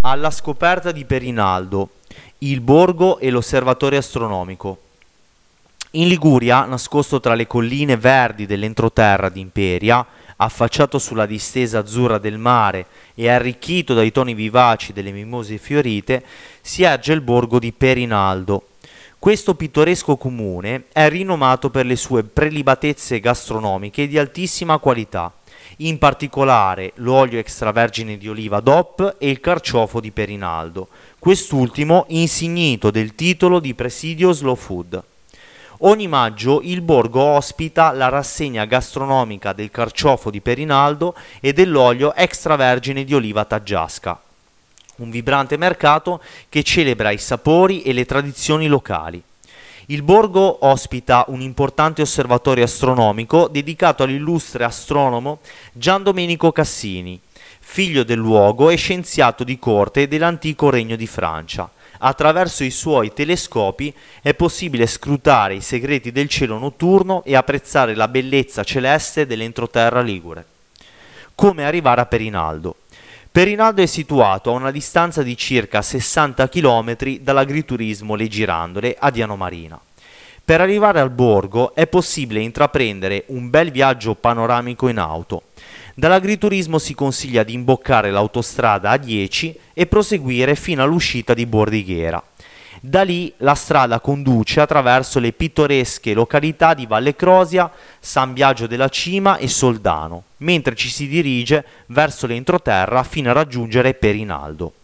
Alla scoperta di Perinaldo, il borgo e l'osservatorio astronomico. In Liguria, nascosto tra le colline verdi dell'entroterra di Imperia, affacciato sulla distesa azzurra del mare e arricchito dai toni vivaci delle mimose fiorite, si erge il borgo di Perinaldo. Questo pittoresco comune è rinomato per le sue prelibatezze gastronomiche di altissima qualità, in particolare l'olio extravergine di oliva DOP e il carciofo di Perinaldo, quest'ultimo insignito del titolo di presidio Slow Food. Ogni maggio il borgo ospita la rassegna gastronomica del carciofo di Perinaldo e dell'olio extravergine di oliva taggiasca, un vibrante mercato che celebra i sapori e le tradizioni locali. Il borgo ospita un importante osservatorio astronomico dedicato all'illustre astronomo Gian Domenico Cassini, figlio del luogo e scienziato di corte dell'antico Regno di Francia. Attraverso i suoi telescopi è possibile scrutare i segreti del cielo notturno e apprezzare la bellezza celeste dell'entroterra ligure. Come arrivare a Perinaldo? Perinaldo è situato a una distanza di circa 60 km dall'agriturismo Le Girandole a Diano Marina. Per arrivare al borgo è possibile intraprendere un bel viaggio panoramico in auto. Dall'agriturismo si consiglia di imboccare l'autostrada A10 e proseguire fino all'uscita di Bordighera. Da lì la strada conduce attraverso le pittoresche località di Valle Crosia, San Biagio della Cima e Soldano, mentre ci si dirige verso l'entroterra fino a raggiungere Perinaldo.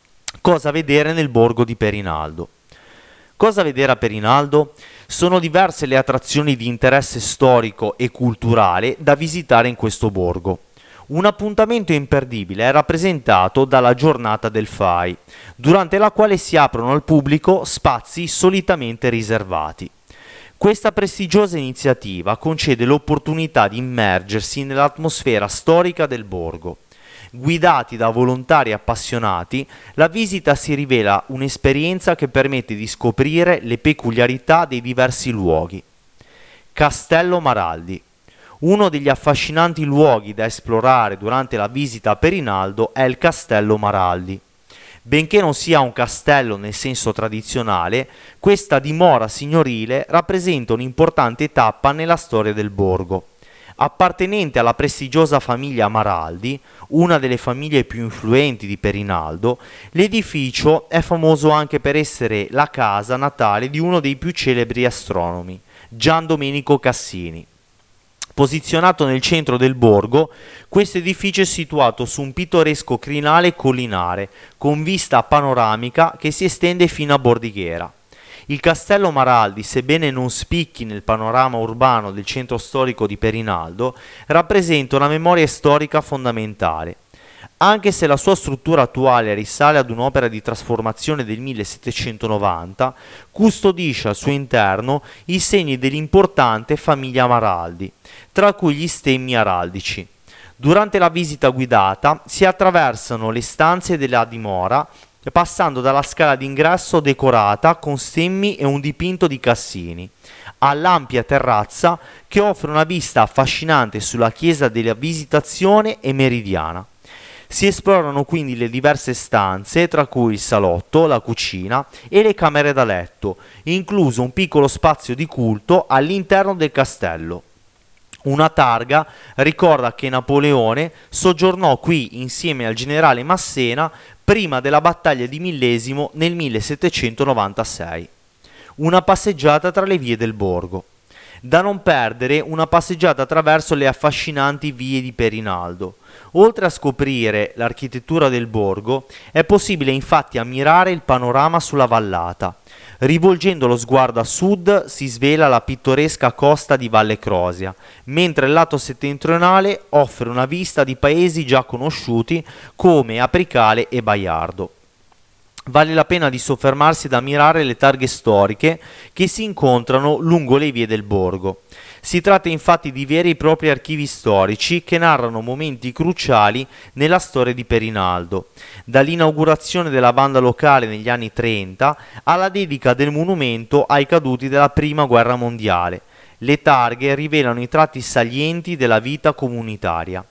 Cosa vedere nel borgo di Perinaldo? Cosa vedere a Perinaldo? Sono diverse le attrazioni di interesse storico e culturale da visitare in questo borgo. Un appuntamento imperdibile è rappresentato dalla giornata del FAI, durante la quale si aprono al pubblico spazi solitamente riservati. Questa prestigiosa iniziativa concede l'opportunità di immergersi nell'atmosfera storica del borgo. Guidati da volontari appassionati, la visita si rivela un'esperienza che permette di scoprire le peculiarità dei diversi luoghi. Castello Maraldi. Uno degli affascinanti luoghi da esplorare durante la visita a Perinaldo è il Castello Maraldi. Benché non sia un castello nel senso tradizionale, questa dimora signorile rappresenta un'importante tappa nella storia del borgo. Appartenente alla prestigiosa famiglia Maraldi, una delle famiglie più influenti di Perinaldo, l'edificio è famoso anche per essere la casa natale di uno dei più celebri astronomi, Gian Domenico Cassini. Posizionato nel centro del borgo, questo edificio è situato su un pittoresco crinale collinare, con vista panoramica che si estende fino a Bordighera. Il Castello Maraldi, sebbene non spicchi nel panorama urbano del centro storico di Perinaldo, rappresenta una memoria storica fondamentale. Anche se la sua struttura attuale risale ad un'opera di trasformazione del 1790, custodisce al suo interno i segni dell'importante famiglia Maraldi, tra cui gli stemmi araldici. Durante la visita guidata si attraversano le stanze della dimora, passando dalla scala d'ingresso decorata con stemmi e un dipinto di Cassini, all'ampia terrazza che offre una vista affascinante sulla chiesa della Visitazione e Meridiana. Si esplorano quindi le diverse stanze, tra cui il salotto, la cucina e le camere da letto, incluso un piccolo spazio di culto all'interno del castello. Una targa ricorda che Napoleone soggiornò qui insieme al generale Massena prima della battaglia di Millesimo nel 1796. Una passeggiata tra le vie del borgo. Da non perdere una passeggiata attraverso le affascinanti vie di Perinaldo. Oltre a scoprire l'architettura del borgo, è possibile infatti ammirare il panorama sulla vallata. Rivolgendo lo sguardo a sud si svela la pittoresca costa di Valle Crosia, mentre il lato settentrionale offre una vista di paesi già conosciuti come Apricale e Baiardo. Vale la pena di soffermarsi ad ammirare le targhe storiche che si incontrano lungo le vie del borgo. Si tratta infatti di veri e propri archivi storici che narrano momenti cruciali nella storia di Perinaldo, dall'inaugurazione della banda locale negli anni 30 alla dedica del monumento ai caduti della Prima Guerra Mondiale. Le targhe rivelano i tratti salienti della vita comunitaria.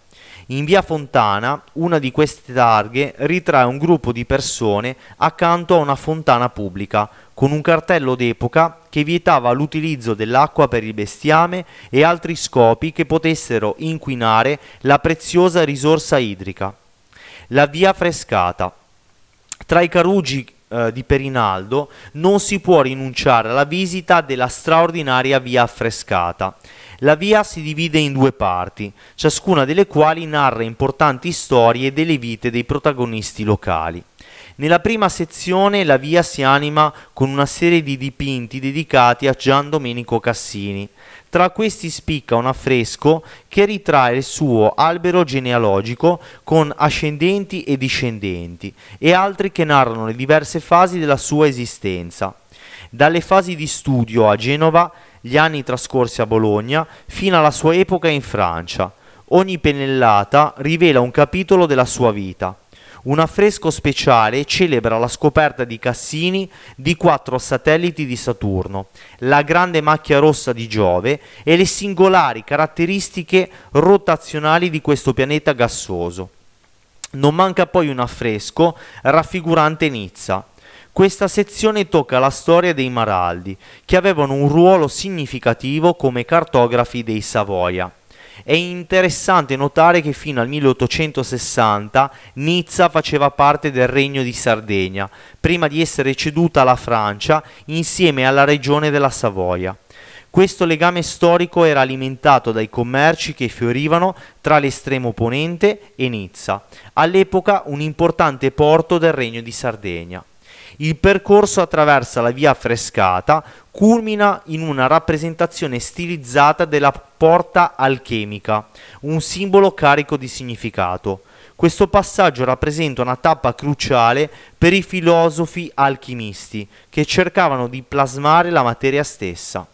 In via Fontana, una di queste targhe ritrae un gruppo di persone accanto a una fontana pubblica, con un cartello d'epoca che vietava l'utilizzo dell'acqua per il bestiame e altri scopi che potessero inquinare la preziosa risorsa idrica. La via Frescata. Tra i carugi di Perinaldo non si può rinunciare alla visita della straordinaria via Affrescata. La via si divide in due parti, ciascuna delle quali narra importanti storie delle vite dei protagonisti locali. Nella prima sezione la via si anima con una serie di dipinti dedicati a Gian Domenico Cassini. Tra questi spicca un affresco che ritrae il suo albero genealogico con ascendenti e discendenti e altri che narrano le diverse fasi della sua esistenza. Dalle fasi di studio a Genova, gli anni trascorsi a Bologna, fino alla sua epoca in Francia. Ogni pennellata rivela un capitolo della sua vita. Un affresco speciale celebra la scoperta di Cassini di 4 satelliti di Saturno, la grande macchia rossa di Giove e le singolari caratteristiche rotazionali di questo pianeta gassoso. Non manca poi un affresco raffigurante Nizza. Questa sezione tocca la storia dei Maraldi, che avevano un ruolo significativo come cartografi dei Savoia. È interessante notare che fino al 1860 Nizza faceva parte del Regno di Sardegna, prima di essere ceduta alla Francia insieme alla regione della Savoia. Questo legame storico era alimentato dai commerci che fiorivano tra l'estremo ponente e Nizza, all'epoca un importante porto del Regno di Sardegna. Il percorso attraversa la via Affrescata, culmina in una rappresentazione stilizzata della porta alchemica, un simbolo carico di significato. Questo passaggio rappresenta una tappa cruciale per i filosofi alchimisti che cercavano di plasmare la materia stessa.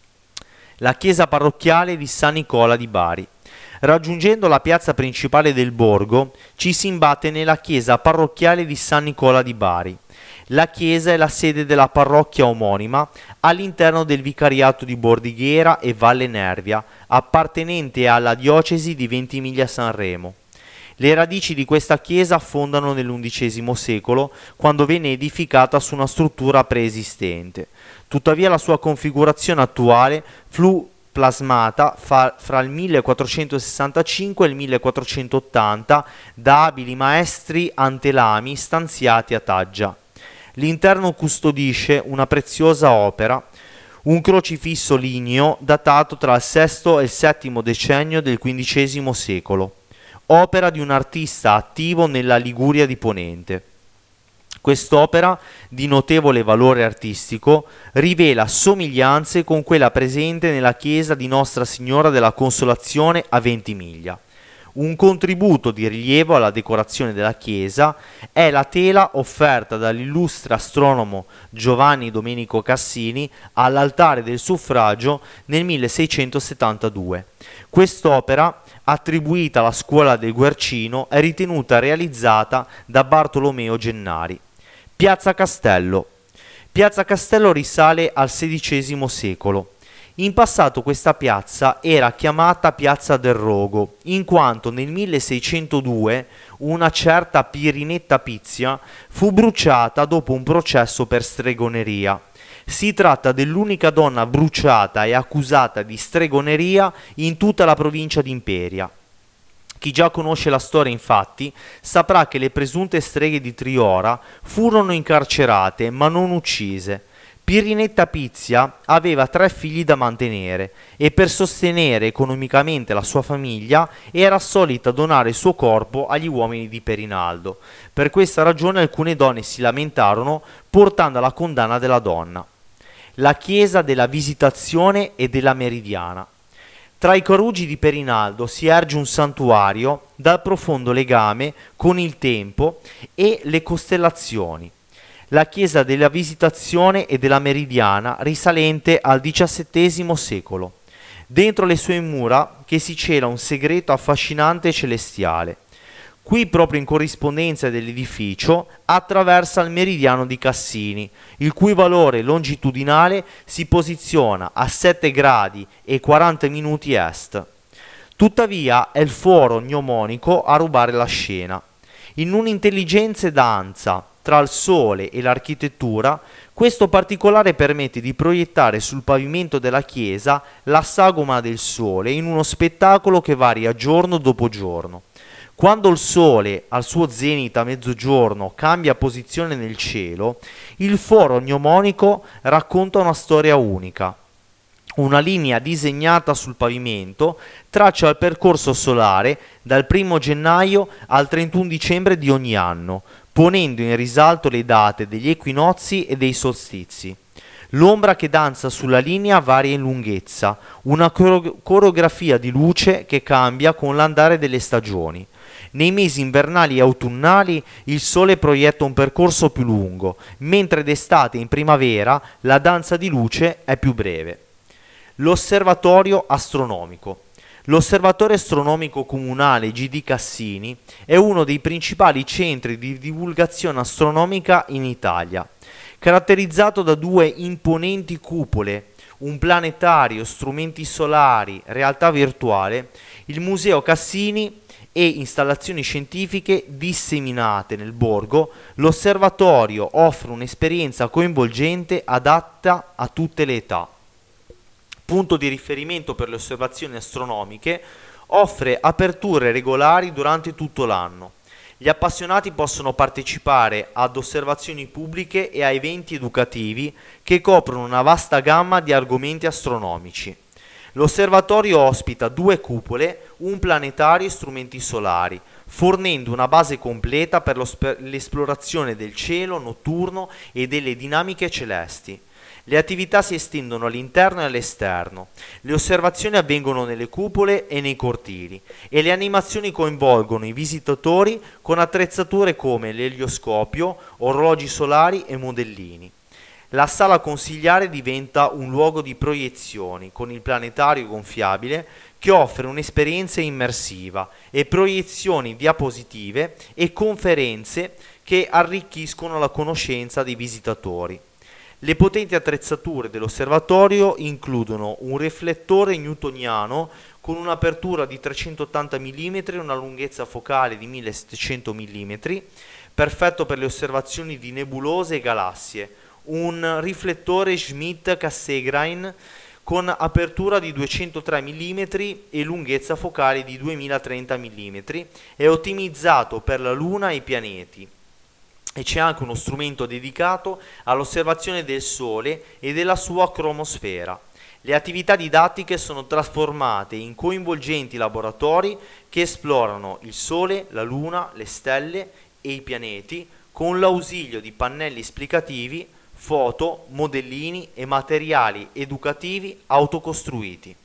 La chiesa parrocchiale di San Nicola di Bari. Raggiungendo la piazza principale del borgo, ci si imbatte nella chiesa parrocchiale di San Nicola di Bari. La chiesa è la sede della parrocchia omonima all'interno del vicariato di Bordighera e Valle Nervia, appartenente alla diocesi di Ventimiglia-Sanremo. Le radici di questa chiesa affondano nell'undicesimo secolo, quando venne edificata su una struttura preesistente. Tuttavia la sua configurazione attuale fu plasmata fra il 1465 e il 1480 da abili maestri antelami stanziati a Taggia. L'interno custodisce una preziosa opera, un crocifisso ligneo datato tra il VI e il VII decennio del XV secolo, opera di un artista attivo nella Liguria di Ponente. Quest'opera, di notevole valore artistico, rivela somiglianze con quella presente nella chiesa di Nostra Signora della Consolazione a Ventimiglia. Un contributo di rilievo alla decorazione della chiesa è la tela offerta dall'illustre astronomo Giovanni Domenico Cassini all'altare del suffragio nel 1672. Quest'opera, attribuita alla scuola del Guercino, è ritenuta realizzata da Bartolomeo Gennari. Piazza Castello. Piazza Castello risale al XVI secolo. In passato questa piazza era chiamata Piazza del Rogo, in quanto nel 1602 una certa Pirinetta Pizia fu bruciata dopo un processo per stregoneria. Si tratta dell'unica donna bruciata e accusata di stregoneria in tutta la provincia di Imperia. Chi già conosce la storia, infatti, saprà che le presunte streghe di Triora furono incarcerate ma non uccise. Pirinetta Pizia aveva 3 figli da mantenere e per sostenere economicamente la sua famiglia era solita donare il suo corpo agli uomini di Perinaldo. Per questa ragione alcune donne si lamentarono portando alla condanna della donna. La chiesa della Visitazione e della Meridiana. Tra i carugi di Perinaldo si erge un santuario dal profondo legame con il tempo e le costellazioni. La chiesa della Visitazione e della Meridiana, risalente al XVII secolo. Dentro le sue mura che si cela un segreto affascinante e celestiale. Qui, proprio in corrispondenza dell'edificio, attraversa il meridiano di Cassini, il cui valore longitudinale si posiziona a 7 gradi e 40 minuti est. Tuttavia è il foro gnomonico a rubare la scena. In un'intelligente danza tra il sole e l'architettura, questo particolare permette di proiettare sul pavimento della chiesa la sagoma del sole in uno spettacolo che varia giorno dopo giorno. Quando il sole al suo zenit a mezzogiorno cambia posizione nel cielo, il foro gnomonico racconta una storia unica. Una linea disegnata sul pavimento traccia il percorso solare dal 1 gennaio al 31 dicembre di ogni anno, ponendo in risalto le date degli equinozi e dei solstizi. L'ombra che danza sulla linea varia in lunghezza, una coreografia di luce che cambia con l'andare delle stagioni. Nei mesi invernali e autunnali il sole proietta un percorso più lungo, mentre d'estate e in primavera la danza di luce è più breve. L'osservatorio astronomico. L'Osservatorio Astronomico Comunale GD Cassini è uno dei principali centri di divulgazione astronomica in Italia. Caratterizzato da due imponenti cupole, un planetario, strumenti solari, realtà virtuale, il Museo Cassini e installazioni scientifiche disseminate nel borgo, l'osservatorio offre un'esperienza coinvolgente adatta a tutte le età. Punto di riferimento per le osservazioni astronomiche, offre aperture regolari durante tutto l'anno. Gli appassionati possono partecipare ad osservazioni pubbliche e a eventi educativi che coprono una vasta gamma di argomenti astronomici. L'osservatorio ospita 2 cupole, un planetario e strumenti solari, fornendo una base completa per l'esplorazione del cielo notturno e delle dinamiche celesti. Le attività si estendono all'interno e all'esterno, le osservazioni avvengono nelle cupole e nei cortili e le animazioni coinvolgono i visitatori con attrezzature come l'elioscopio, orologi solari e modellini. La sala consigliare diventa un luogo di proiezioni con il planetario gonfiabile che offre un'esperienza immersiva e proiezioni diapositive e conferenze che arricchiscono la conoscenza dei visitatori. Le potenti attrezzature dell'osservatorio includono un riflettore newtoniano con un'apertura di 380 mm e una lunghezza focale di 1700 mm, perfetto per le osservazioni di nebulose e galassie, un riflettore Schmidt-Cassegrain con apertura di 203 mm e lunghezza focale di 2030 mm, è ottimizzato per la Luna e i pianeti. E c'è anche uno strumento dedicato all'osservazione del Sole e della sua cromosfera. Le attività didattiche sono trasformate in coinvolgenti laboratori che esplorano il Sole, la Luna, le stelle e i pianeti con l'ausilio di pannelli esplicativi, foto, modellini e materiali educativi autocostruiti.